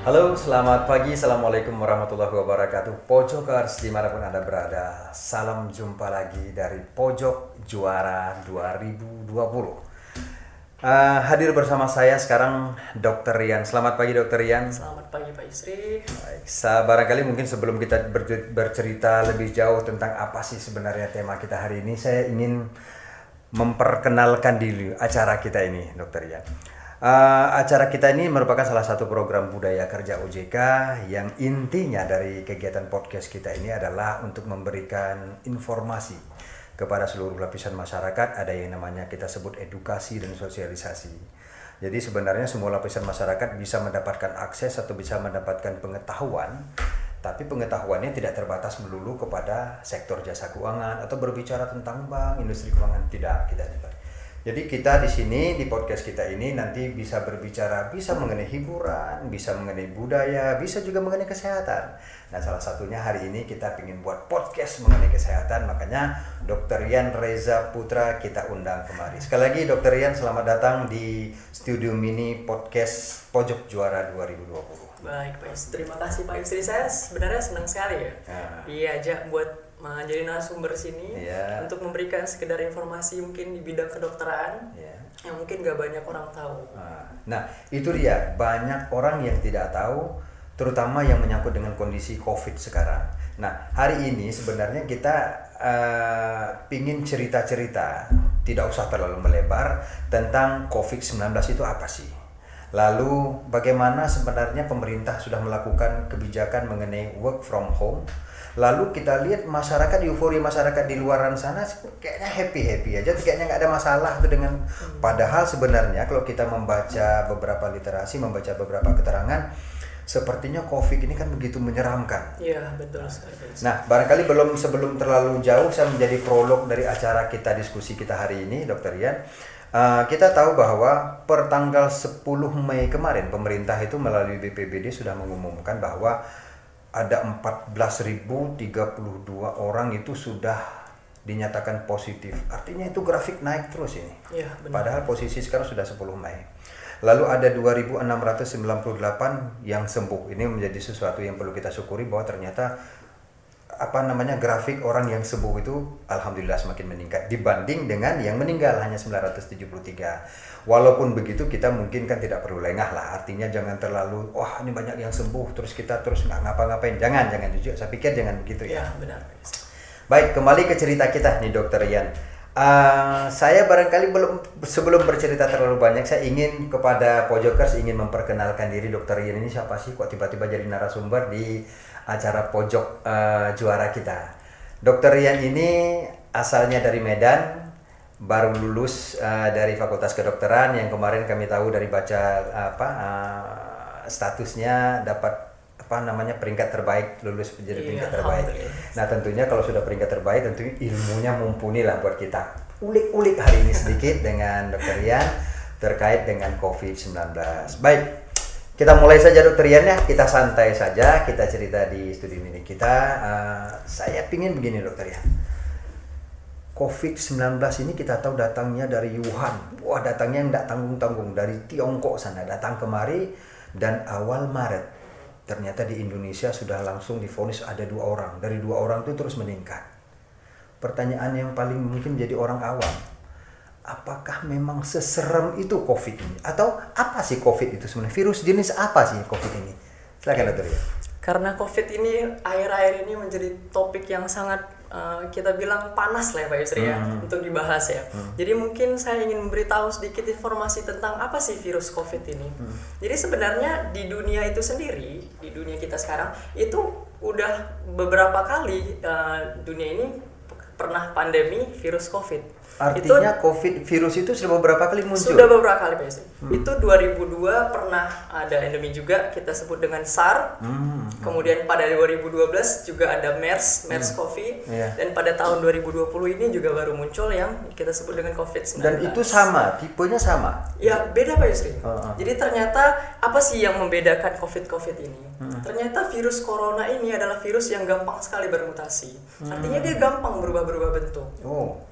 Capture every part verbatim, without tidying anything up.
Halo, selamat pagi. Assalamualaikum warahmatullahi wabarakatuh. Pojokers dimanapun Anda berada, salam jumpa lagi dari Pojok Juara dua ribu dua puluh. Uh, hadir bersama saya sekarang dokter Rian. Selamat pagi dokter Rian. Selamat pagi Pak Yusri. Baik, barangkali mungkin sebelum kita ber- bercerita lebih jauh tentang apa sih sebenarnya tema kita hari ini, saya ingin memperkenalkan dulu acara kita ini dokter Rian. Uh, acara kita ini merupakan salah satu program budaya kerja O J K yang intinya dari kegiatan podcast kita ini adalah untuk memberikan informasi kepada seluruh lapisan masyarakat. Ada yang namanya kita sebut edukasi dan sosialisasi. Jadi sebenarnya semua lapisan masyarakat bisa mendapatkan akses atau bisa mendapatkan pengetahuan, tapi pengetahuannya tidak terbatas melulu kepada sektor jasa keuangan atau berbicara tentang bank, industri keuangan, tidak, tidak, tidak. Jadi kita di sini di podcast kita ini nanti bisa berbicara, bisa mengenai hiburan, bisa mengenai budaya, bisa juga mengenai kesehatan. Nah, salah satunya hari ini kita ingin buat podcast mengenai kesehatan, makanya dokter Rian Reza Putra kita undang kemari. Sekali lagi dokter Rian, selamat datang di studio mini podcast Pojok Juara dua ribu dua puluh. Baik Pak Yusri, terima kasih Pak Yusri. Saya sebenarnya senang sekali ya Nah. diajak buat menjadi narasumber sini Yeah. untuk memberikan sekedar informasi mungkin di bidang kedokteran Yeah. yang mungkin gak banyak orang tahu. Nah, itu dia, banyak orang yang tidak tahu, terutama yang menyangkut dengan kondisi COVID sekarang. Nah, hari ini sebenarnya kita uh, pingin cerita-cerita, tidak usah terlalu melebar, tentang COVID sembilan belas itu apa sih. Lalu bagaimana sebenarnya pemerintah sudah melakukan kebijakan mengenai work from home. Lalu kita lihat masyarakat, euforia masyarakat di luaran sana kayaknya happy-happy aja, kayaknya nggak ada masalah tuh dengan hmm. Padahal sebenarnya kalau kita membaca beberapa literasi, membaca beberapa keterangan, sepertinya COVID ini kan begitu menyeramkan. Iya, betul sekali. Nah, barangkali belum sebelum terlalu jauh saya menjadi prolog dari acara kita, diskusi kita hari ini, dokter Rian. Uh, kita tahu bahwa per tanggal sepuluh Mei kemarin pemerintah itu melalui B P B D sudah mengumumkan bahwa ada empat belas ribu tiga puluh dua orang itu sudah dinyatakan positif. Artinya itu grafik naik terus ini. Ya, benar. Padahal posisi sekarang sudah sepuluh Mei. Lalu ada dua ribu enam ratus sembilan puluh delapan yang sembuh. Ini menjadi sesuatu yang perlu kita syukuri bahwa ternyata apa namanya grafik orang yang sembuh itu alhamdulillah semakin meningkat dibanding dengan yang meninggal hanya sembilan ratus tujuh puluh tiga. Walaupun begitu kita mungkin kan tidak perlu lengah lah, artinya jangan terlalu wah ini banyak yang sembuh terus kita terus nggak ngapa-ngapain, jangan jangan jujur, saya pikir jangan begitu ya. Ya, benar. Baik, kembali ke cerita kita nih dokter Rian. Uh, saya barangkali belum sebelum bercerita terlalu banyak, saya ingin kepada Pojokers ingin memperkenalkan diri. Dokter Rian ini siapa sih kok tiba-tiba jadi narasumber di acara Pojok uh, Juara kita. Dokter Rian ini asalnya dari Medan, baru lulus uh, dari Fakultas Kedokteran yang kemarin kami tahu dari baca apa uh, statusnya dapat apa namanya peringkat terbaik, lulus menjadi iya, peringkat terbaik. Nah, tentunya kalau sudah peringkat terbaik tentu ilmunya mumpuni lah buat kita. Ulik-ulik hari ini sedikit dengan dokter Rian terkait dengan COVID sembilan belas. Baik. Kita mulai saja dokter Rian ya, kita santai saja, kita cerita di studi mini kita. Uh, saya pingin begini dokter Rian. COVID sembilan belas ini kita tahu datangnya dari Wuhan. Wah, datangnya nggak tanggung-tanggung dari Tiongkok sana, datang kemari dan awal Maret. Ternyata di Indonesia sudah langsung divonis ada dua orang. Dari dua orang itu terus meningkat. Pertanyaan yang paling mungkin jadi orang awam, apakah memang seserem itu COVID ini? Atau apa sih COVID itu sebenarnya? Virus jenis apa sih COVID ini? Silakan dokter ya. Karena COVID ini akhir-akhir ini menjadi topik yang sangat uh, kita bilang panas lah ya Pak Yusri ya, hmm. untuk dibahas ya. Hmm. Jadi mungkin saya ingin memberitahu sedikit informasi tentang apa sih virus COVID ini. Hmm. Jadi sebenarnya di dunia itu sendiri, di dunia kita sekarang itu udah beberapa kali uh, dunia ini pernah pandemi virus COVID. Artinya itu, COVID virus itu sudah beberapa kali muncul? Sudah beberapa kali Pak Yusri. Hmm. Itu dua ribu dua pernah ada endemi juga, kita sebut dengan SARS. Hmm. Kemudian pada dua ribu dua belas juga ada MERS, MERS-CoV. Hmm. Yeah. Dan pada tahun dua ribu dua puluh ini juga baru muncul yang kita sebut dengan COVID sembilan belas. Dan itu sama, tipenya sama? Ya, beda Pak Yusri. Uh, uh. Jadi ternyata apa sih yang membedakan COVID-COVID ini? Hmm. Ternyata virus corona ini adalah virus yang gampang sekali bermutasi. Hmm. Artinya dia gampang berubah-berubah bentuk. Oh.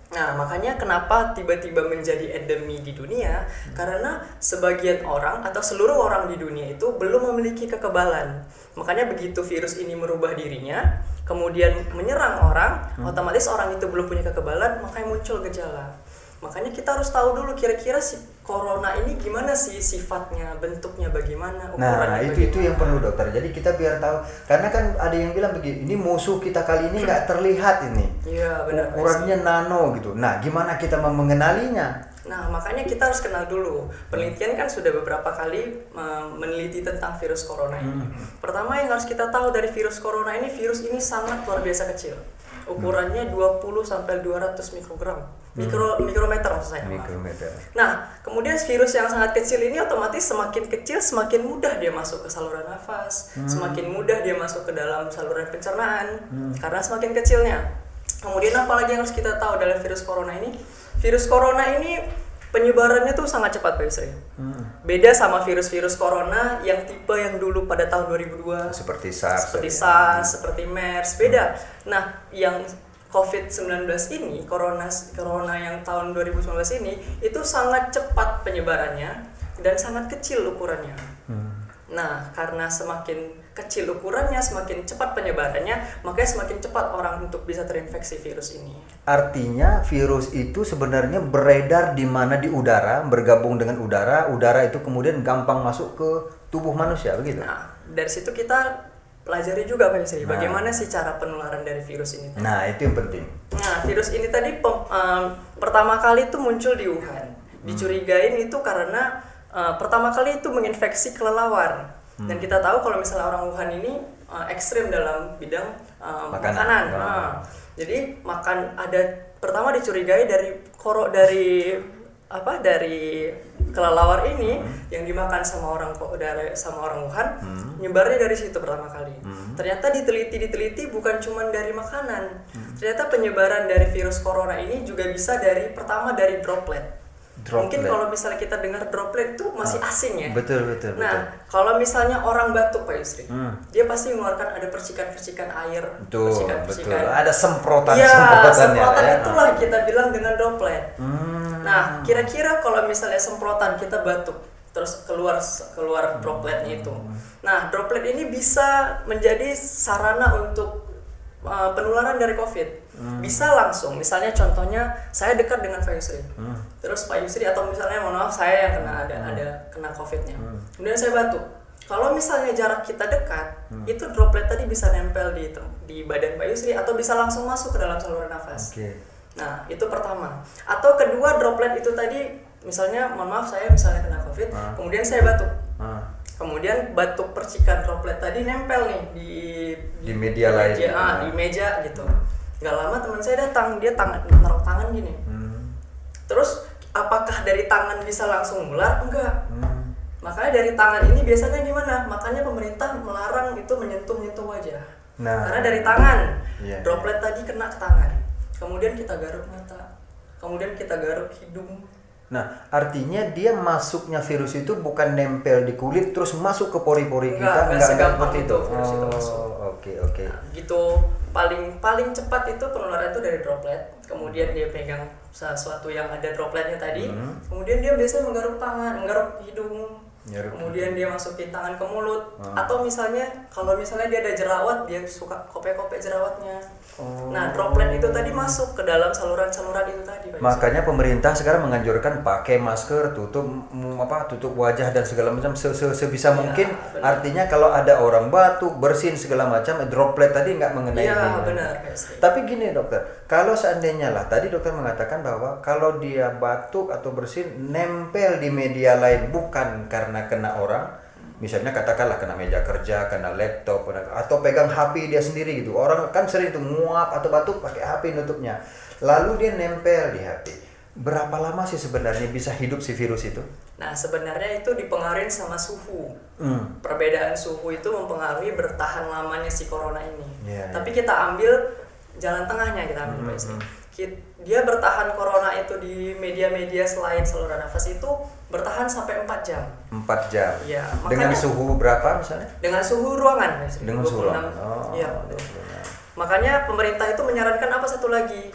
Nah, makanya kenapa tiba-tiba menjadi endemi di dunia? Hmm. Karena sebagian orang atau seluruh orang di dunia itu belum memiliki kekebalan. Makanya begitu virus ini merubah dirinya, kemudian menyerang orang, hmm. otomatis orang itu belum punya kekebalan, makanya muncul gejala. Makanya kita harus tahu dulu kira-kira si corona ini gimana sih sifatnya, bentuknya bagaimana, ukurannya. Nah, itu bagaimana. Itu yang perlu dokter. Jadi kita biar tahu, karena kan ada yang bilang begini, ini musuh kita kali ini nggak terlihat ini. Iya, benar. Ukurannya nano gitu. Nah, gimana kita mau mengenalinya? Nah, makanya kita harus kenal dulu. Penelitian kan sudah beberapa kali uh, meneliti tentang virus corona ini. Hmm. Pertama yang harus kita tahu dari virus corona ini, virus ini sangat luar biasa kecil. Ukurannya dua puluh sampai dua ratus mikrogram. Mikro, hmm. mikrometer maksud saya. Mikrometer. Nah, kemudian virus yang sangat kecil ini otomatis semakin kecil semakin mudah dia masuk ke saluran nafas, hmm. semakin mudah dia masuk ke dalam saluran pencernaan hmm. karena semakin kecilnya. Kemudian apalagi yang harus kita tahu dari virus corona ini? Virus corona ini penyebarannya tuh sangat cepat Pak Yusri. Hmm. Beda sama virus-virus corona yang tipe yang dulu pada tahun dua ribu dua. Seperti SARS. Seperti SARS, hmm. seperti MERS, beda. Hmm. Nah, yang covid sembilan belas ini, corona corona yang tahun dua ribu sembilan belas ini itu sangat cepat penyebarannya dan sangat kecil ukurannya. Hmm. Nah, karena semakin kecil ukurannya, semakin cepat penyebarannya, makanya semakin cepat orang untuk bisa terinfeksi virus ini. Artinya virus itu sebenarnya beredar di mana di udara, bergabung dengan udara, udara itu kemudian gampang masuk ke tubuh manusia, begitu? Nah, dari situ kita pelajari juga Pak Yusri, nah. bagaimana sih cara penularan dari virus ini tadi. Nah, itu yang penting. Nah, virus ini tadi pem, um, pertama kali itu muncul di Wuhan. Dicurigain hmm. itu karena uh, pertama kali itu menginfeksi kelelawar. Hmm. Dan kita tahu kalau misalnya orang Wuhan ini uh, ekstrim dalam bidang uh, makanan. makanan. Wow. Nah, jadi makan ada pertama dicurigai dari koro dari apa dari kelelawar ini hmm. yang dimakan sama orang dari sama orang Wuhan, hmm. nyebarnya dari situ pertama kali. Hmm. Ternyata diteliti diteliti bukan cuma dari makanan. Hmm. Ternyata penyebaran dari virus corona ini juga bisa dari pertama dari droplet. Droplet. Mungkin kalau misalnya kita dengar droplet itu masih asing ya. Betul betul. Nah, betul. Kalau misalnya orang batuk Pak Yusri, hmm. dia pasti mengeluarkan ada percikan-percikan air, betul, percikan-percikan. Betul. Ada semprotan ya, semprotannya. Semprotan ya. itulah kita bilang dengan droplet. Hmm. Nah, kira-kira kalau misalnya semprotan kita batuk, terus keluar keluar dropletnya itu. Nah, droplet ini bisa menjadi sarana untuk uh, penularan dari COVID. Hmm. Bisa langsung, misalnya contohnya saya dekat dengan Pak Yusri, hmm. terus Pak Yusri atau misalnya mohon maaf saya yang kena ada hmm. ada kena COVID-nya, hmm. kemudian saya batuk. Kalau misalnya jarak kita dekat, hmm. itu droplet tadi bisa nempel di di badan Pak Yusri atau bisa langsung masuk ke dalam saluran nafas. Okay. Nah itu pertama. Atau kedua droplet itu tadi, misalnya mohon maaf saya misalnya kena COVID, hmm. kemudian saya batuk. Hmm. Kemudian batuk percikan droplet tadi nempel nih di di, di media lain, meja, ah, di meja gitu. Gak lama teman saya datang, dia tangan naruh tangan gini. Hmm. Terus apakah dari tangan bisa langsung menular? Enggak. Hmm. Makanya dari tangan ini biasanya gimana? Makanya pemerintah melarang itu menyentuh-nyentuh wajah. Nah. Karena dari tangan, yeah, droplet yeah. tadi kena ke tangan. Kemudian kita garuk mata. Kemudian kita garuk hidung. Nah, artinya dia masuknya virus itu bukan nempel di kulit terus masuk ke pori-pori kita, enggak segampang itu, itu virus oh, itu masuk. Oke, okay, oke. Okay. Nah, gitu paling paling cepat itu penularan itu dari droplet. Kemudian dia pegang sesuatu yang ada dropletnya tadi. Hmm. Kemudian dia biasanya menggaruk tangan, menggaruk hidung. Nyaruk. Kemudian dia masukin tangan ke mulut. Hmm. Atau misalnya kalau misalnya dia ada jerawat, dia suka kopek-kopek jerawatnya. Oh. Nah, droplet itu tadi masuk ke dalam saluran-saluran itu tadi. Pak Makanya Yusuf. Pemerintah sekarang menganjurkan pakai masker, tutup apa, tutup wajah dan segala macam sebisa ya, mungkin. Benar. Artinya kalau ada orang batuk, bersin segala macam, droplet tadi nggak mengenai. Iya, benar. Tapi gini dokter, kalau seandainya lah, tadi dokter mengatakan bahwa kalau dia batuk atau bersin nempel di media lain bukan karena kena orang, misalnya katakanlah kena meja kerja, kena laptop, atau pegang H P dia sendiri gitu. Orang kan sering tuh nguap atau batuk pakai H P nutupnya. Lalu dia nempel di H P. Berapa lama sih sebenarnya bisa hidup si virus itu? Nah, sebenarnya itu dipengaruhi sama suhu. Hmm. Perbedaan suhu itu mempengaruhi bertahan lamanya si corona ini. Yeah, Tapi yeah. kita ambil jalan tengahnya, kita ambil hmm, hmm. Dia bertahan corona itu di media-media selain saluran nafas itu bertahan sampai empat jam. empat jam. Iya, dengan suhu berapa misalnya? Dengan suhu ruangan, dengan suhu ruangan. Oh, iya. Makanya pemerintah itu menyarankan apa satu lagi? Hmm.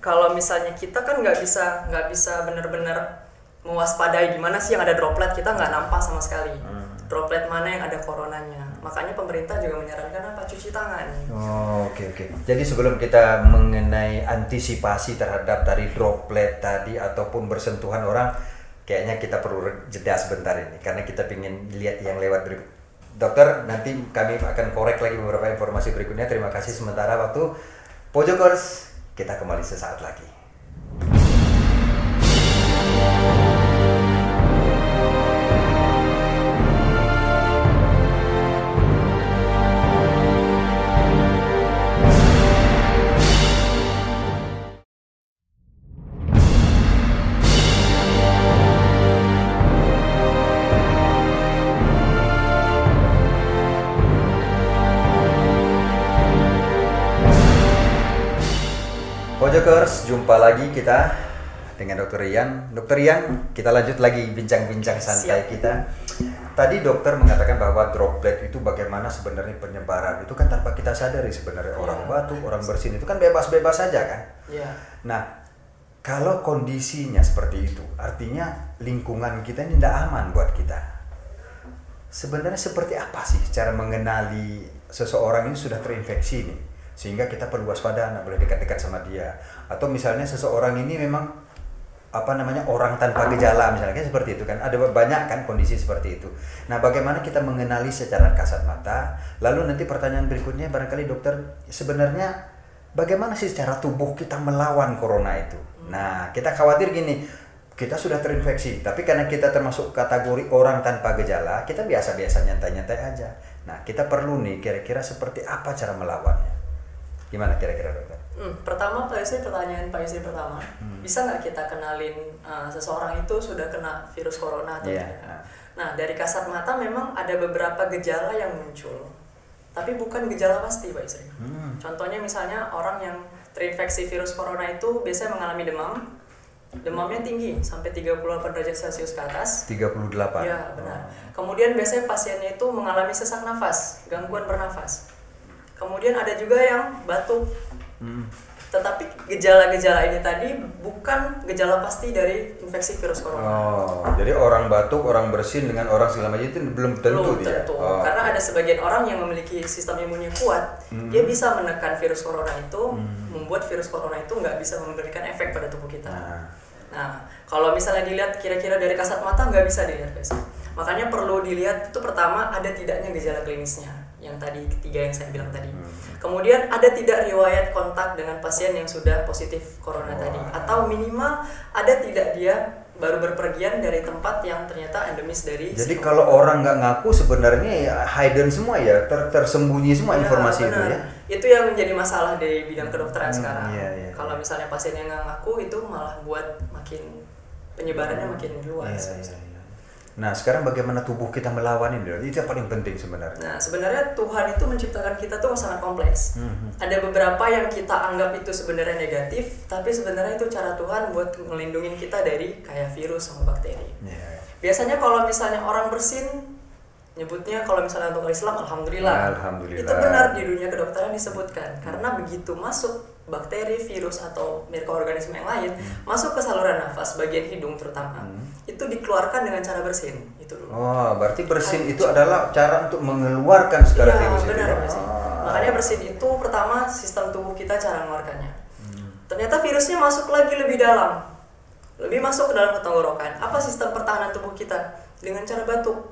kalau misalnya kita kan nggak bisa nggak bisa benar-benar mewaspadai di mana sih yang ada droplet, kita nggak nampak sama sekali hmm. droplet mana yang ada coronanya. Makanya pemerintah juga menyarankan apa, cuci tangan. Oh, oke okay, oke. Okay. Jadi sebelum kita mengenai antisipasi terhadap tadi droplet tadi ataupun bersentuhan orang, kayaknya kita perlu jeda sebentar ini karena kita ingin lihat yang lewat berikut. Dokter, nanti kami akan korek lagi beberapa informasi berikutnya. Terima kasih sementara waktu. Pojokers, kita kembali sesaat lagi. Pojokers, jumpa lagi kita dengan Dokter Rian. Dokter Rian, kita lanjut lagi bincang-bincang santai Siap. kita. Tadi dokter mengatakan bahwa droplet itu bagaimana sebenarnya penyebaran. Itu kan tanpa kita sadari sebenarnya. Orang yeah. batuk, orang bersin itu kan bebas-bebas saja kan. Yeah. Nah, kalau kondisinya seperti itu, artinya lingkungan kita ini tidak aman buat kita. Sebenarnya seperti apa sih cara mengenali seseorang ini sudah terinfeksi nih? Sehingga kita perlu waspada, nggak boleh dekat-dekat sama dia. Atau misalnya seseorang ini memang apa namanya orang tanpa gejala misalnya, kan seperti itu kan. Ada banyak kan kondisi seperti itu. Nah, bagaimana kita mengenali secara kasat mata? Lalu nanti pertanyaan berikutnya barangkali dokter, sebenarnya bagaimana sih cara tubuh kita melawan corona itu? Nah, kita khawatir gini, kita sudah terinfeksi, tapi karena kita termasuk kategori orang tanpa gejala, kita biasa-biasa nyantai-nyantai aja. Nah, kita perlu nih kira-kira seperti apa cara melawannya? Gimana kira-kira dokter? Hmm, pertama Pak Yusri, pertanyaan Pak Yusri pertama, hmm. bisa nggak kita kenalin uh, seseorang itu sudah kena virus corona atau yeah. tidak? Nah, dari kasat mata memang ada beberapa gejala yang muncul, tapi bukan gejala pasti Pak Yusri. Hmm. Contohnya misalnya orang yang terinfeksi virus corona itu biasanya mengalami demam, demamnya tinggi sampai tiga puluh delapan derajat Celcius ke atas. tiga puluh delapan? Ya, benar. Oh. Kemudian biasanya pasiennya itu mengalami sesak nafas, gangguan bernafas. Kemudian ada juga yang batuk, hmm. tetapi gejala-gejala ini tadi bukan gejala pasti dari infeksi virus corona. Oh, jadi orang batuk, orang bersin dengan orang segala macam itu belum tentu belum dia. tentu, oh. Karena ada sebagian orang yang memiliki sistem imunnya kuat, hmm. dia bisa menekan virus corona itu, hmm. membuat virus corona itu nggak bisa memberikan efek pada tubuh kita. Nah, nah kalau misalnya dilihat kira-kira dari kasat mata nggak bisa dilihat guys. Makanya perlu dilihat itu pertama ada tidaknya gejala klinisnya. Yang tadi ketiga yang saya bilang tadi. Hmm. Kemudian ada tidak riwayat kontak dengan pasien yang sudah positif corona oh. tadi, atau minimal ada tidak dia baru berpergian dari tempat yang ternyata endemis dari. Jadi kalau orang nggak ngaku sebenarnya ya hidden semua ya, ter tersembunyi semua ya, informasi benar. itu ya. Itu yang menjadi masalah di bidang kedokteran hmm, sekarang. Iya, iya, kalau iya. misalnya pasien yang nggak ngaku itu malah buat makin penyebarannya hmm. makin luas. Iya, iya, iya. Nah, sekarang bagaimana tubuh kita melawan ini? Itu yang paling penting sebenarnya. Nah, sebenarnya Tuhan itu menciptakan kita tuh sangat kompleks. Mm-hmm. Ada beberapa yang kita anggap itu sebenarnya negatif, tapi sebenarnya itu cara Tuhan buat melindungi kita dari kayak virus sama bakteri. Yeah. Biasanya kalau misalnya orang bersin, nyebutnya kalau misalnya untuk Islam, alhamdulillah. Alhamdulillah. Itu benar di dunia kedokteran disebutkan. Karena begitu masuk bakteri, virus atau mikroorganisme yang lain hmm. masuk ke saluran nafas bagian hidung terutama hmm. itu dikeluarkan dengan cara bersin itu dulu. Oh, berarti bersin itu adalah cara untuk mengeluarkan segala ya, virus benar, itu. Oh. Makanya bersin itu pertama sistem tubuh kita cara mengeluarkannya. Hmm. Ternyata virusnya masuk lagi lebih dalam, lebih masuk ke dalam tenggorokan. Apa sistem pertahanan tubuh kita? Dengan cara batuk.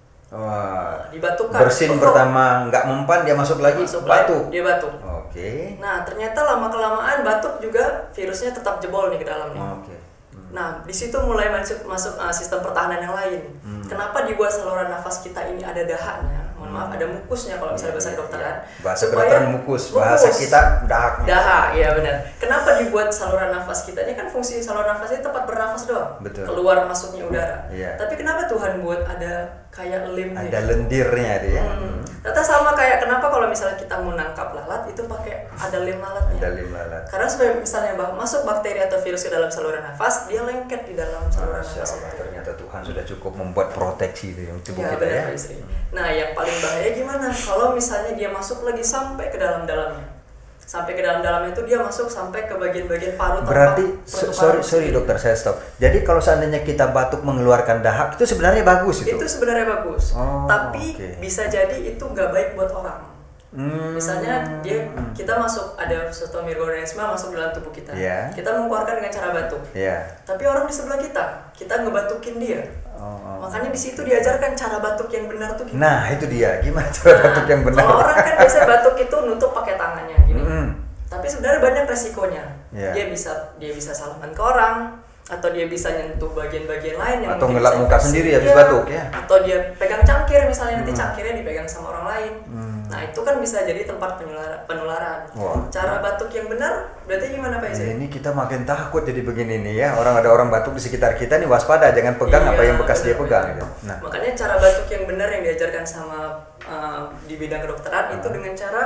Wah, dibatukkan. Bersin oh, pertama nggak mempan dia masuk lagi masuk batuk. Dia batuk. Oke. Okay. Nah ternyata lama kelamaan batuk juga virusnya tetap jebol nih ke dalamnya. Oke. Okay. Hmm. Nah di situ mulai masuk masuk uh, sistem pertahanan yang lain. Hmm. Kenapa dibuat saluran nafas kita ini ada dahaknya? Mohon maaf ada mukusnya kalau misalnya bahasa kedokteran. Bahasa kedokteran mukus, bahasa kita dahaknya. Dahak, ya benar. Kenapa dibuat saluran nafas kita ini kan fungsi saluran nafas itu tempat bernafas doang. Betul. Keluar masuknya udara. Yeah. Tapi kenapa Tuhan buat ada kayak lem? Ada lendirnya itu ya. Hmm. Ternyata sama kayak kenapa kalau misalnya kita mau nangkap lalat itu pakai ada lem lalatnya. Ada lem lalat. Karena supaya misalnya masuk bakteri atau virus ke dalam saluran nafas, dia lengket di dalam saluran Masya nafas. Allah, ternyata Tuhan sudah cukup membuat proteksi itu yang tubuh ya, kita benar, ya. Nah, yang paling bahaya gimana? Kalau misalnya dia masuk lagi sampai ke dalam-dalamnya. sampai ke dalam-dalamnya itu dia masuk sampai ke bagian-bagian paru. Berarti so, sorry sorry dokter saya stop. Jadi kalau seandainya kita batuk mengeluarkan dahak itu sebenarnya bagus itu. Itu sebenarnya bagus. Oh, tapi okay. bisa jadi itu nggak baik buat orang. Hmm. Misalnya dia kita masuk ada suatu mikroorganisme masuk dalam tubuh kita. Yeah. Kita mengeluarkan dengan cara batuk. Yeah. Tapi orang di sebelah kita, kita ngebatukin dia. Oh, oh. Makanya di situ diajarkan cara batuk yang benar tuh gimana. Nah, itu dia. Gimana cara nah, batuk yang benar? Kalau orang kan biasa batuk itu nutup pakai tangannya gini. Mm. Tapi sebenarnya banyak resikonya. Yeah. Dia bisa dia bisa salaman ke orang, atau dia bisa nyentuh bagian-bagian lain yang atau ngelap muka sendiri habis ya, batuk ya. Atau dia pegang cangkir misalnya, nanti hmm. cangkirnya dipegang sama orang lain. Hmm. Nah, itu kan bisa jadi tempat penularan. penularan. Wah. Cara batuk yang benar berarti gimana Pak Izri? Ini kita makin takut jadi begini nih ya. Orang ada orang batuk di sekitar kita nih, waspada, jangan pegang iya, apa yang bekas bener, dia pegang gitu. Nah, makanya cara batuk yang benar yang diajarkan sama uh, di bidang kedokteran hmm. itu dengan cara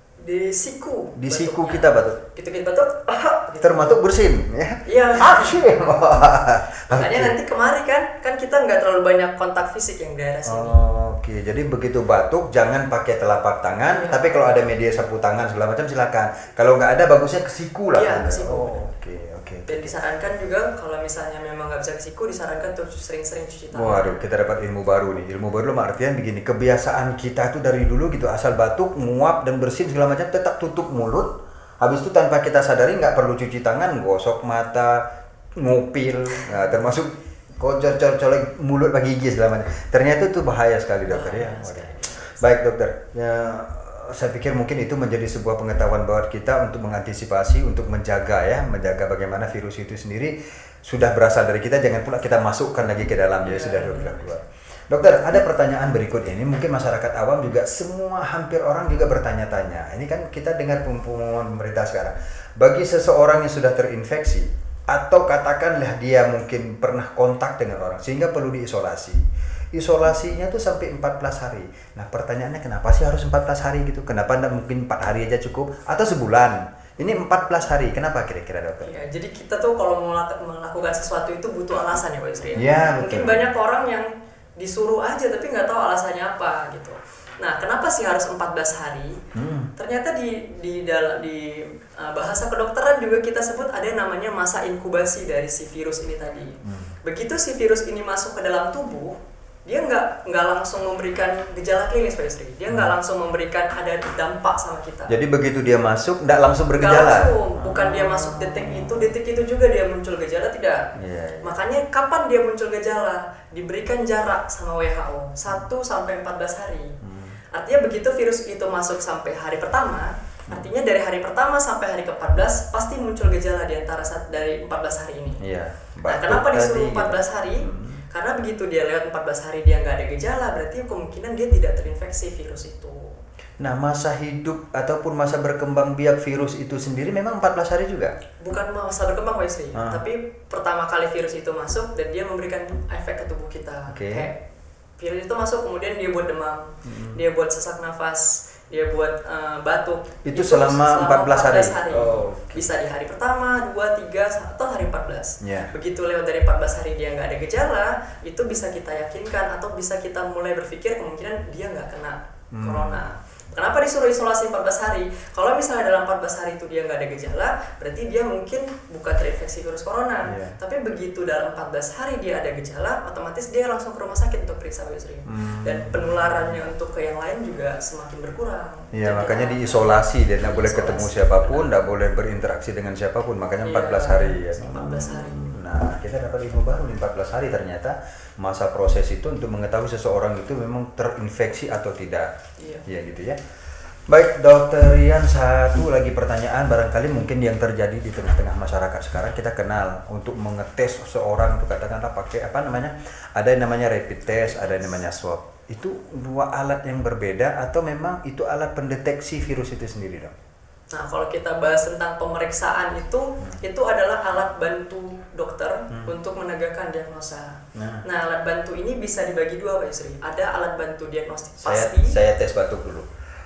di siku. Di siku kita batuk. Gitu kita batuk. Ah, gitu. Termasuk bersin ya. Iya. Aksyim. Makanya okay. nanti kemari kan, kan kita nggak terlalu banyak kontak fisik yang di daerah sini. Oh, oke, okay. Jadi begitu batuk jangan pakai telapak tangan, ya. Tapi kalau ada media sapu tangan segala macam silakan. Kalau nggak ada bagusnya ke siku lah. Iya, ke siku. Oh, oke, okay, oke. Okay. Dan disarankan juga kalau misalnya memang nggak bisa ke siku, disarankan untuk sering-sering cuci tangan. Waduh, kita dapat ilmu baru nih. Ilmu baru dalam artian begini, kebiasaan kita tuh dari dulu gitu, asal batuk, nguap dan bersin segala macam tetap tutup mulut. Habis itu tanpa kita sadari nggak perlu cuci tangan, gosok mata, ngupil, nah, termasuk kocor-colek mulut pakai gigi segala macam. Ternyata itu bahaya sekali dokter ya. Baik dokter, ya saya pikir mungkin itu menjadi sebuah pengetahuan buat kita untuk mengantisipasi, untuk menjaga ya, menjaga bagaimana virus itu sendiri sudah berasal dari kita, jangan pula kita masukkan lagi ke dalam jadi sudah sudah keluar. Dokter, ada pertanyaan berikut ini, mungkin masyarakat awam juga semua hampir orang juga bertanya-tanya. Ini kan kita dengar pengumuman pemerintah sekarang. Bagi seseorang yang sudah terinfeksi atau katakanlah dia mungkin pernah kontak dengan orang sehingga perlu diisolasi. Isolasinya tuh sampai empat belas hari. Nah, pertanyaannya kenapa sih harus empat belas hari gitu? Kenapa enggak mungkin empat hari aja cukup atau sebulan? Ini empat belas hari. Kenapa kira-kira dokter? Ya, jadi kita tuh kalau melakukan sesuatu itu butuh alasan ya Pak Yusri. Ya, mungkin banyak orang yang disuruh aja tapi nggak tahu alasannya apa gitu. Nah, kenapa sih harus empat belas hari? Hmm. Ternyata di di dalam di uh, bahasa kedokteran juga kita sebut ada yang namanya masa inkubasi dari si virus ini tadi. Hmm. Begitu si virus ini masuk ke dalam tubuh, dia nggak nggak langsung memberikan gejala klinis Pak Yusri. Dia nggak hmm. langsung memberikan ada dampak sama kita. Jadi begitu dia masuk nggak langsung bergejala? Nggak langsung. Bukan dia masuk detik itu, detik itu juga dia muncul gejala, tidak. Yeah, yeah. Makanya kapan dia muncul gejala? Diberikan jarak sama W H O satu sampai empat belas hari. Hmm. Artinya begitu virus itu masuk sampai hari pertama, hmm. artinya dari hari pertama sampai hari ke empat belas pasti muncul gejala di antara saat dari empat belas hari ini. Yeah. Nah, kenapa disuruh empat belas hari? Hmm. Karena begitu dia lewat empat belas hari dia nggak ada gejala, berarti kemungkinan dia tidak terinfeksi virus itu. Nah, masa hidup ataupun masa berkembang biak virus itu sendiri memang empat belas hari juga? Bukan masa berkembang Pak Yusri, hmm. tapi pertama kali virus itu masuk dan dia memberikan efek ke tubuh kita. Okay. Kayak virus itu masuk kemudian dia buat demam, hmm. dia buat sesak nafas, dia buat uh, batuk. Itu, itu selama, selama empat belas hari? hari. Oh, okay. Bisa di hari pertama, dua, tiga, atau hari empat belas. Yeah. Begitu lewat dari empat belas hari dia nggak ada gejala, itu bisa kita yakinkan atau bisa kita mulai berpikir kemungkinan dia nggak kena hmm. corona. Kenapa disuruh isolasi empat belas hari? Kalau misalnya dalam empat belas hari itu dia nggak ada gejala, berarti dia mungkin bukan terinfeksi virus corona. Yeah. Tapi begitu dalam empat belas hari dia ada gejala, otomatis dia langsung ke rumah sakit untuk periksa Pak Yusri. Hmm. Dan penularannya untuk ke yang lain juga semakin berkurang. Iya, makanya diisolasi, dia nggak boleh ketemu siapapun, nggak boleh berinteraksi dengan siapapun, makanya empat belas yeah. hari. Ya. empat belas hari. Nah, kita dapat ilmu baru nih, empat belas hari ternyata masa proses itu untuk mengetahui seseorang itu memang terinfeksi atau tidak. Iya. Iya gitu ya. Baik, Dokter Rian, satu lagi pertanyaan barangkali mungkin yang terjadi di tengah-tengah masyarakat sekarang kita kenal untuk mengetes seseorang itu katakanlah pakai apa namanya? Ada yang namanya rapid test, ada yang namanya swab. Itu dua alat yang berbeda atau memang itu alat pendeteksi virus itu sendiri, Dok? Nah, kalau kita bahas tentang pemeriksaan itu, hmm. itu adalah alat bantu dokter hmm. untuk menegakkan diagnosa. Nah. nah, alat bantu ini bisa dibagi dua, Pak Yusri. Ada alat bantu diagnostik saya, pasti. Saya tes batuk dulu.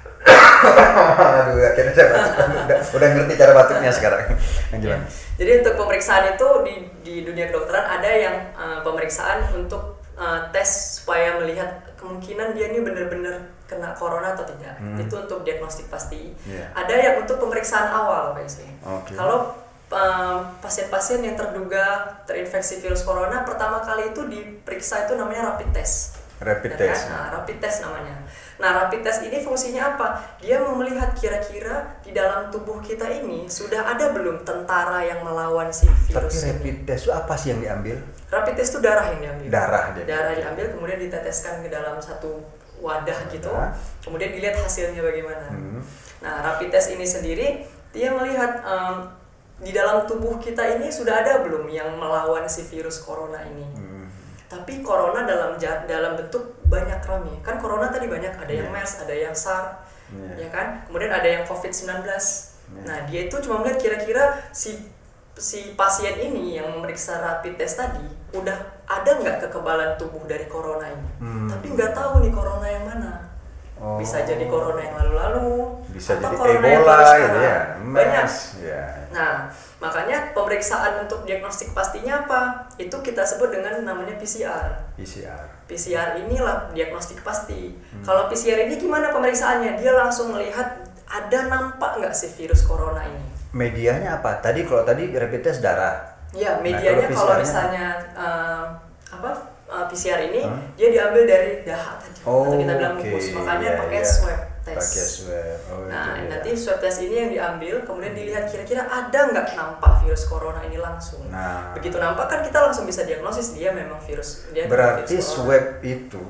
Aduh, akhirnya saya batuk. Udah, udah ngerti cara batuknya sekarang. Ya. Jadi untuk pemeriksaan itu di, di dunia kedokteran ada yang uh, pemeriksaan untuk uh, tes supaya melihat kemungkinan dia ini benar-benar kena corona atau tidak. Hmm. Itu untuk diagnostik pasti. Yeah. Ada yang untuk pemeriksaan awal, Pak Yusri. Okay. Kalau um, pasien-pasien yang terduga terinfeksi virus corona, pertama kali itu diperiksa itu namanya rapid test. Rapid ya test. Kan? Nah, rapid test namanya. Nah, rapid test ini fungsinya apa? Dia mau melihat kira-kira di dalam tubuh kita ini sudah ada belum tentara yang melawan si virus. Tapi rapid ini. test itu apa sih yang diambil? Rapid test itu darah yang diambil. Darah dia. Darah diambil kemudian diteteskan ke dalam satu wadah gitu. Wadah. Kemudian dilihat hasilnya bagaimana. Hmm. Nah, rapid test ini sendiri dia melihat um, di dalam tubuh kita ini sudah ada belum yang melawan si virus corona ini. Hmm. Tapi corona dalam dalam bentuk banyak rame. Kan corona tadi banyak, ada yang yeah. MERS, ada yang SARS, yeah. ya kan? Kemudian ada yang covid sembilan belas. Yeah. Nah, dia itu cuma melihat kira-kira si si pasien ini yang memeriksa rapid test tadi udah ada nggak kekebalan tubuh dari corona ini. Hmm. Tapi nggak tahu nih corona yang mana. Oh. Bisa jadi corona yang lalu-lalu, bisa atau jadi corona Ebola yang gitu ya. Banyak. Yeah. Nah, makanya pemeriksaan untuk diagnostik pastinya apa? Itu kita sebut dengan namanya P C R. P C R. P C R inilah diagnostik pasti. Hmm. Kalau P C R ini gimana pemeriksaannya? Dia langsung melihat ada nampak nggak sih virus corona ini. Medianya apa? Tadi kalau tadi rapid test darah. Ya, medianya nah, kalau, kalau misalnya uh, apa uh, P C R ini hmm? dia diambil dari dahak tadi. Oh, atau kita bilang mukus. okay. Makanya yeah, pakai yeah. swab test. Pakai swab. Oh, nah, itu, nanti ya. swab test ini yang diambil, kemudian dilihat kira-kira ada nggak nampak virus corona ini langsung. Nah, begitu nampak kan kita langsung bisa diagnosis dia memang virus. Dia berarti virus swab itu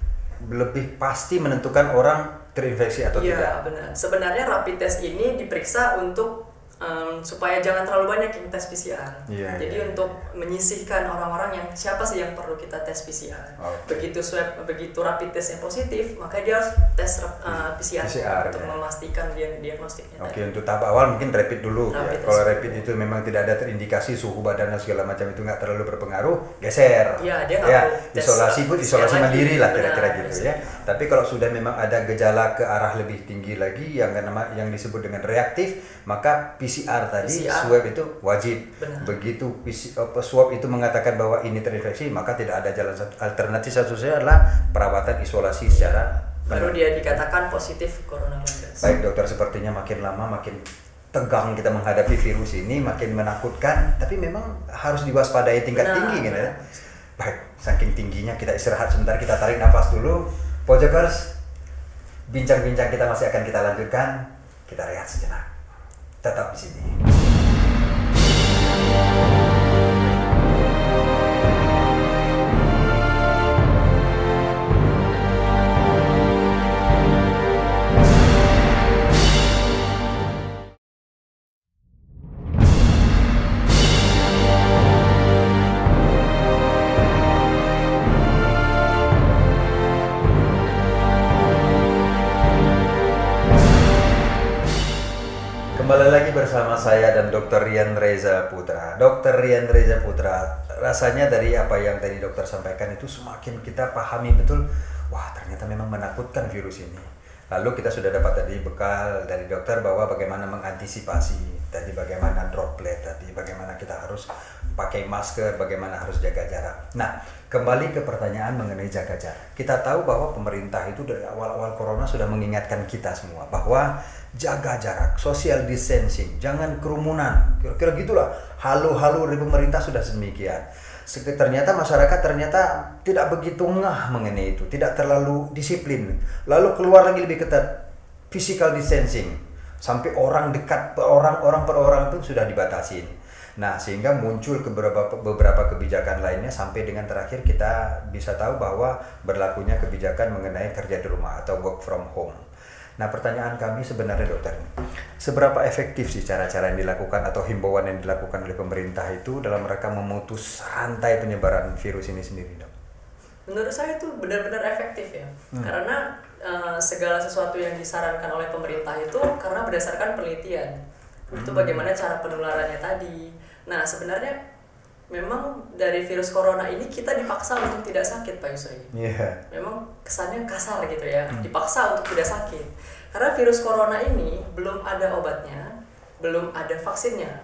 lebih pasti menentukan orang terinfeksi atau ya, tidak. Iya benar. Sebenarnya rapid test ini diperiksa untuk Um, supaya jangan terlalu banyak yang tes P C R. Yeah, Jadi yeah, untuk yeah. menyisihkan orang-orang yang siapa sih yang perlu kita tes P C R. Okay. Begitu swab, begitu rapid test yang positif, maka dia harus tes uh, P C R, P C R untuk ya. memastikan dia diagnostiknya. Oke, okay, untuk tahap awal mungkin rapid dulu. Rapid ya. Kalau rapid itu memang tidak ada terindikasi suhu badan dan segala macam itu nggak terlalu berpengaruh, geser. Ya, dia ya, isolasi pun isolasi mandiri lah kira-kira gitu ya. ya. Tapi kalau sudah memang ada gejala ke arah lebih tinggi lagi yang yang disebut dengan reaktif, maka P C R tadi P C R. Swab itu wajib. Benar. Begitu P C, swab itu mengatakan bahwa ini terinfeksi, maka tidak ada jalan alternatif satu-satunya adalah perawatan isolasi secara baru dia dikatakan positif coronavirus. Baik dokter, sepertinya makin lama makin tegang kita menghadapi virus ini, makin menakutkan, tapi memang harus diwaspadai tingkat nah, tinggi gitu ya. Baik, saking tingginya kita istirahat sebentar, kita tarik nafas dulu. Pojokers, bincang-bincang kita masih akan kita lanjutkan. Kita rehat sejenak. Tetap di sini. Kembali lagi bersama saya dan dokter Rian Reza Putra. dokter Rian Reza Putra, rasanya dari apa yang tadi dokter sampaikan itu semakin kita pahami betul, wah ternyata memang menakutkan virus ini. Lalu kita sudah dapat tadi bekal dari dokter bahwa bagaimana mengantisipasi, tadi bagaimana droplet, tadi bagaimana kita harus pakai masker, bagaimana harus jaga jarak. Nah, kembali ke pertanyaan mengenai jaga jarak. Kita tahu bahwa pemerintah itu dari awal-awal corona sudah mengingatkan kita semua bahwa jaga jarak, social distancing, jangan kerumunan, kira-kira gitulah. Halu-halu dari pemerintah sudah sedemikian. Ternyata masyarakat ternyata tidak begitu ngeh mengenai itu, tidak terlalu disiplin. Lalu keluar lagi lebih ketat, physical distancing, sampai orang dekat per orang, orang per orang pun sudah dibatasin. Nah, sehingga muncul ke beberapa, beberapa kebijakan lainnya sampai dengan terakhir kita bisa tahu bahwa berlakunya kebijakan mengenai kerja di rumah atau work from home. Nah, pertanyaan kami sebenarnya dokter, seberapa efektif sih cara-cara yang dilakukan atau himbauan yang dilakukan oleh pemerintah itu dalam rangka memutus rantai penyebaran virus ini sendiri, dok? Menurut saya itu benar-benar efektif ya, hmm. karena uh, segala sesuatu yang disarankan oleh pemerintah itu karena berdasarkan penelitian. Hmm. Itu bagaimana cara penularannya tadi. Nah, sebenarnya memang dari virus corona ini kita dipaksa untuk tidak sakit, Pak Yusri. Yeah. Memang kesannya kasar gitu ya, hmm. dipaksa untuk tidak sakit. Karena virus corona ini belum ada obatnya, belum ada vaksinnya. Yeah.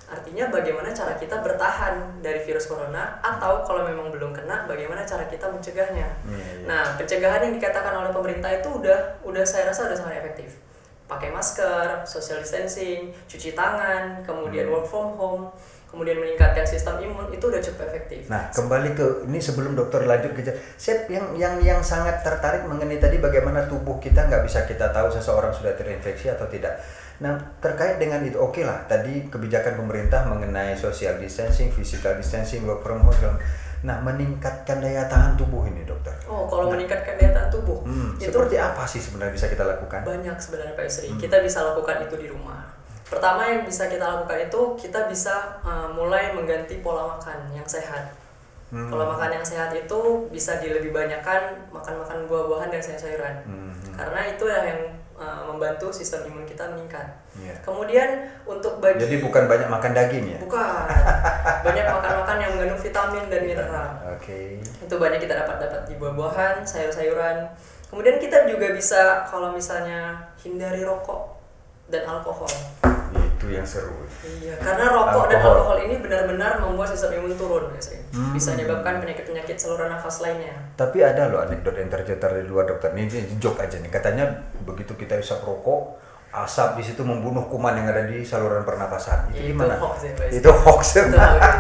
Artinya bagaimana cara kita bertahan dari virus corona, atau kalau memang belum kena, bagaimana cara kita mencegahnya. Hmm, iya. Nah, pencegahan yang dikatakan oleh pemerintah itu udah udah saya rasa udah sangat efektif. Pakai masker, social distancing, cuci tangan, kemudian hmm. work from home, kemudian meningkatkan sistem imun, itu udah cukup efektif. Nah, kembali ke ini sebelum dokter lanjut ke saya yang yang yang sangat tertarik mengenai tadi bagaimana tubuh kita nggak bisa kita tahu seseorang sudah terinfeksi atau tidak. Nah, terkait dengan itu, oke okay lah, tadi kebijakan pemerintah mengenai social distancing, physical distancing, work from home. Nah, meningkatkan daya tahan tubuh ini, dokter. Oh, kalau nah, meningkatkan daya tahan tubuh, hmm, itu seperti apa sih sebenarnya bisa kita lakukan? Banyak sebenarnya Pak Yusri. Hmm. Kita bisa lakukan itu di rumah. Pertama yang bisa kita lakukan itu, kita bisa uh, mulai mengganti pola makan yang sehat. Hmm. Pola makan yang sehat itu bisa dilebih banyakkan makan-makan buah-buahan dan sayur-sayuran. Hmm. Karena itu yang uh, membantu sistem imun kita meningkat. Yeah. Kemudian untuk bagi Jadi bukan banyak makan daging ya? Bukan. Banyak makan-makan yang mengandung vitamin dan mineral. Oke. Okay. Itu banyak kita dapat dapat di buah-buahan, sayur-sayuran. Kemudian kita juga bisa kalau misalnya hindari rokok dan alkohol. Itu yang seru. Iya, karena rokok alkohol. dan alkohol ini benar-benar membuat sistem imun turun biasanya. Hmm. Bisa menyebabkan penyakit-penyakit saluran nafas lainnya. Tapi ada loh anekdot yang tercetar di luar, dokter. Ini, ini joke aja nih. Katanya begitu kita isap rokok, asap di situ membunuh kuman yang ada di saluran pernapasan. Itu, itu gimana? Hoax ya, Pak. Itu hoax. Itu hoax.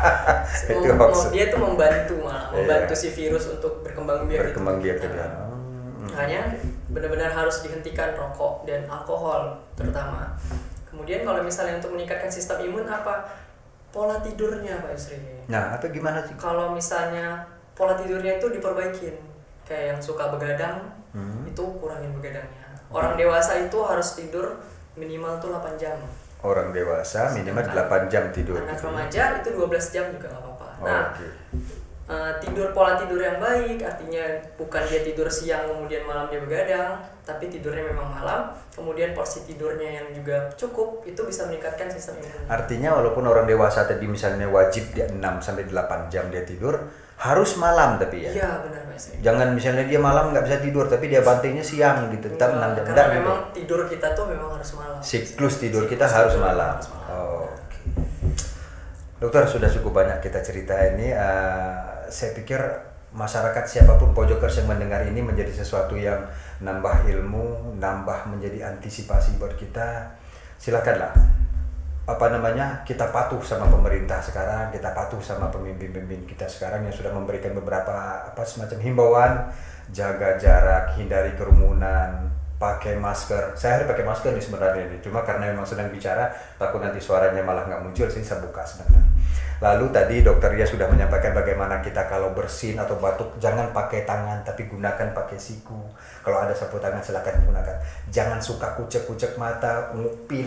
Itu hoax. Dia tuh membantu malah, membantu yeah. si virus untuk berkembang biak. Berkembang biak gitu. Nah, makanya benar-benar harus dihentikan rokok dan alkohol terutama. Kemudian kalau misalnya untuk meningkatkan sistem imun apa? Pola tidurnya Pak Yusri. Nah, atau gimana sih? Kalau misalnya pola tidurnya itu diperbaikin. Kayak yang suka begadang, hmm. itu kurangin begadangnya. Orang dewasa itu harus tidur minimal tuh delapan jam. Orang dewasa minimal delapan jam tidur. Anak remaja itu dua belas jam juga nggak apa-apa. Nah, oh, okay. Uh, tidur pola tidur yang baik artinya bukan dia tidur siang kemudian malam dia begadang, tapi tidurnya memang malam, kemudian porsi tidurnya yang juga cukup, itu bisa meningkatkan sistem imun. Artinya walaupun orang dewasa tadi misalnya wajib dia enam sampai delapan jam dia tidur, harus malam tapi ya. Iya, benar Mas. Jangan misalnya dia malam nggak bisa tidur tapi dia bantingnya siang gitu, tetap enam jam. Karena memang gitu. Tidur kita tuh memang harus malam. Siklus tidur Siklus kita tidur harus malam. Harus malam. Oh, oke. Okay. Dokter, sudah cukup banyak kita cerita ini. Uh, saya pikir masyarakat siapapun pojokers yang mendengar ini menjadi sesuatu yang nambah ilmu, nambah menjadi antisipasi buat kita. Silakanlah, apa namanya, kita patuh sama pemerintah sekarang, kita patuh sama pemimpin-pemimpin kita sekarang yang sudah memberikan beberapa apa semacam himbauan, jaga jarak, hindari kerumunan, pakai masker. Saya harus pakai masker nih sebenarnya ini, cuma karena memang sedang bicara takut nanti suaranya malah nggak muncul, sih saya buka sebentar. Lalu tadi dokter Ria sudah menyampaikan bagaimana kita kalau bersin atau batuk jangan pakai tangan tapi gunakan pakai siku. Kalau ada sapu tangan silakan gunakan. Jangan suka kucek-kucek mata, ngupil,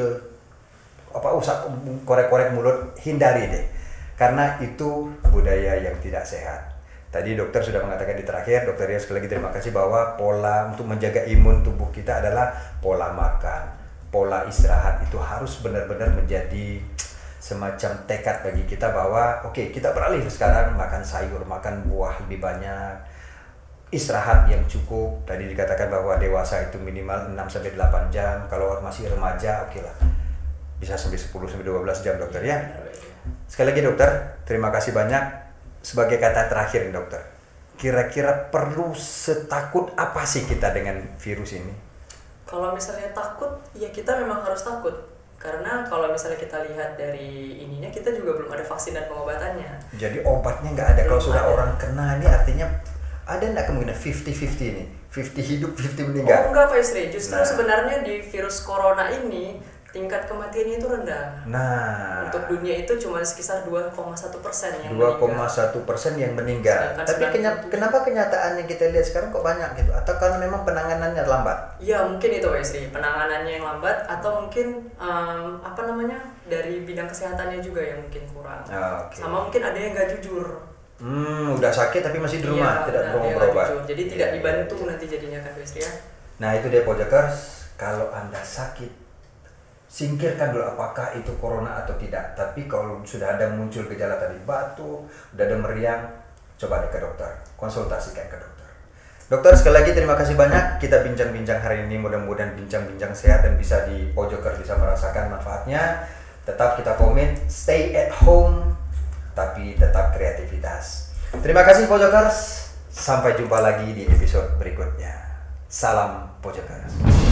apa usah korek-korek mulut, hindari deh. Karena itu budaya yang tidak sehat. Tadi dokter sudah mengatakan di terakhir, dokter Ria sekali lagi terima kasih bahwa pola untuk menjaga imun tubuh kita adalah pola makan, pola istirahat itu harus benar-benar menjadi semacam tekad bagi kita bahwa oke okay, kita beralih sekarang makan sayur, makan buah lebih banyak, istirahat yang cukup. Tadi dikatakan bahwa dewasa itu minimal enam sampai delapan jam, kalau masih remaja oke okay lah bisa sampai sepuluh sampai dua belas jam dokter ya. Sekali lagi dokter, terima kasih banyak. Sebagai kata terakhir dokter, kira-kira perlu setakut apa sih kita dengan virus ini? Kalau misalnya takut, ya kita memang harus takut. Karena kalau misalnya kita lihat dari ininya, kita juga belum ada vaksin dan pengobatannya. Jadi obatnya nggak ada. Belum kalau sudah ada. Orang kena ini artinya ada nggak kemungkinan fifty fifty ini? fifty hidup, fifty meninggal? Oh enggak Pak Yusri, justru nah. sebenarnya di virus corona ini tingkat kematiannya itu rendah. Nah, untuk dunia itu cuma sekitar dua koma satu persen yang dua koma satu persen yang meninggal. Sedangkan tapi kenya, kenapa kenyataan yang kita lihat sekarang kok banyak gitu? Atau karena memang penanganannya lambat? Iya, mungkin itu Pak Yusri, penanganannya yang lambat atau mungkin um, apa namanya dari bidang kesehatannya juga yang mungkin kurang. Oh, okay. Sama mungkin ada yang nggak jujur. Hmm, udah sakit tapi masih di rumah, iya, tidak mau berobat. Jadi tidak ya, dibantu ya, nanti jadinya kan Pak Yusri ya. Nah itu dia pojokers, kalau Anda sakit singkirkan dulu apakah itu corona atau tidak. Tapi kalau sudah ada muncul gejala tadi batuk, udah ada meriang, coba deh ke dokter, konsultasikan ke dokter. Dokter sekali lagi terima kasih banyak. Kita bincang-bincang hari ini, mudah-mudahan bincang-bincang sehat dan bisa di pojokers bisa merasakan manfaatnya. Tetap kita komit, stay at home, tapi tetap kreativitas. Terima kasih Pojokers, sampai jumpa lagi di episode berikutnya. Salam Pojokers.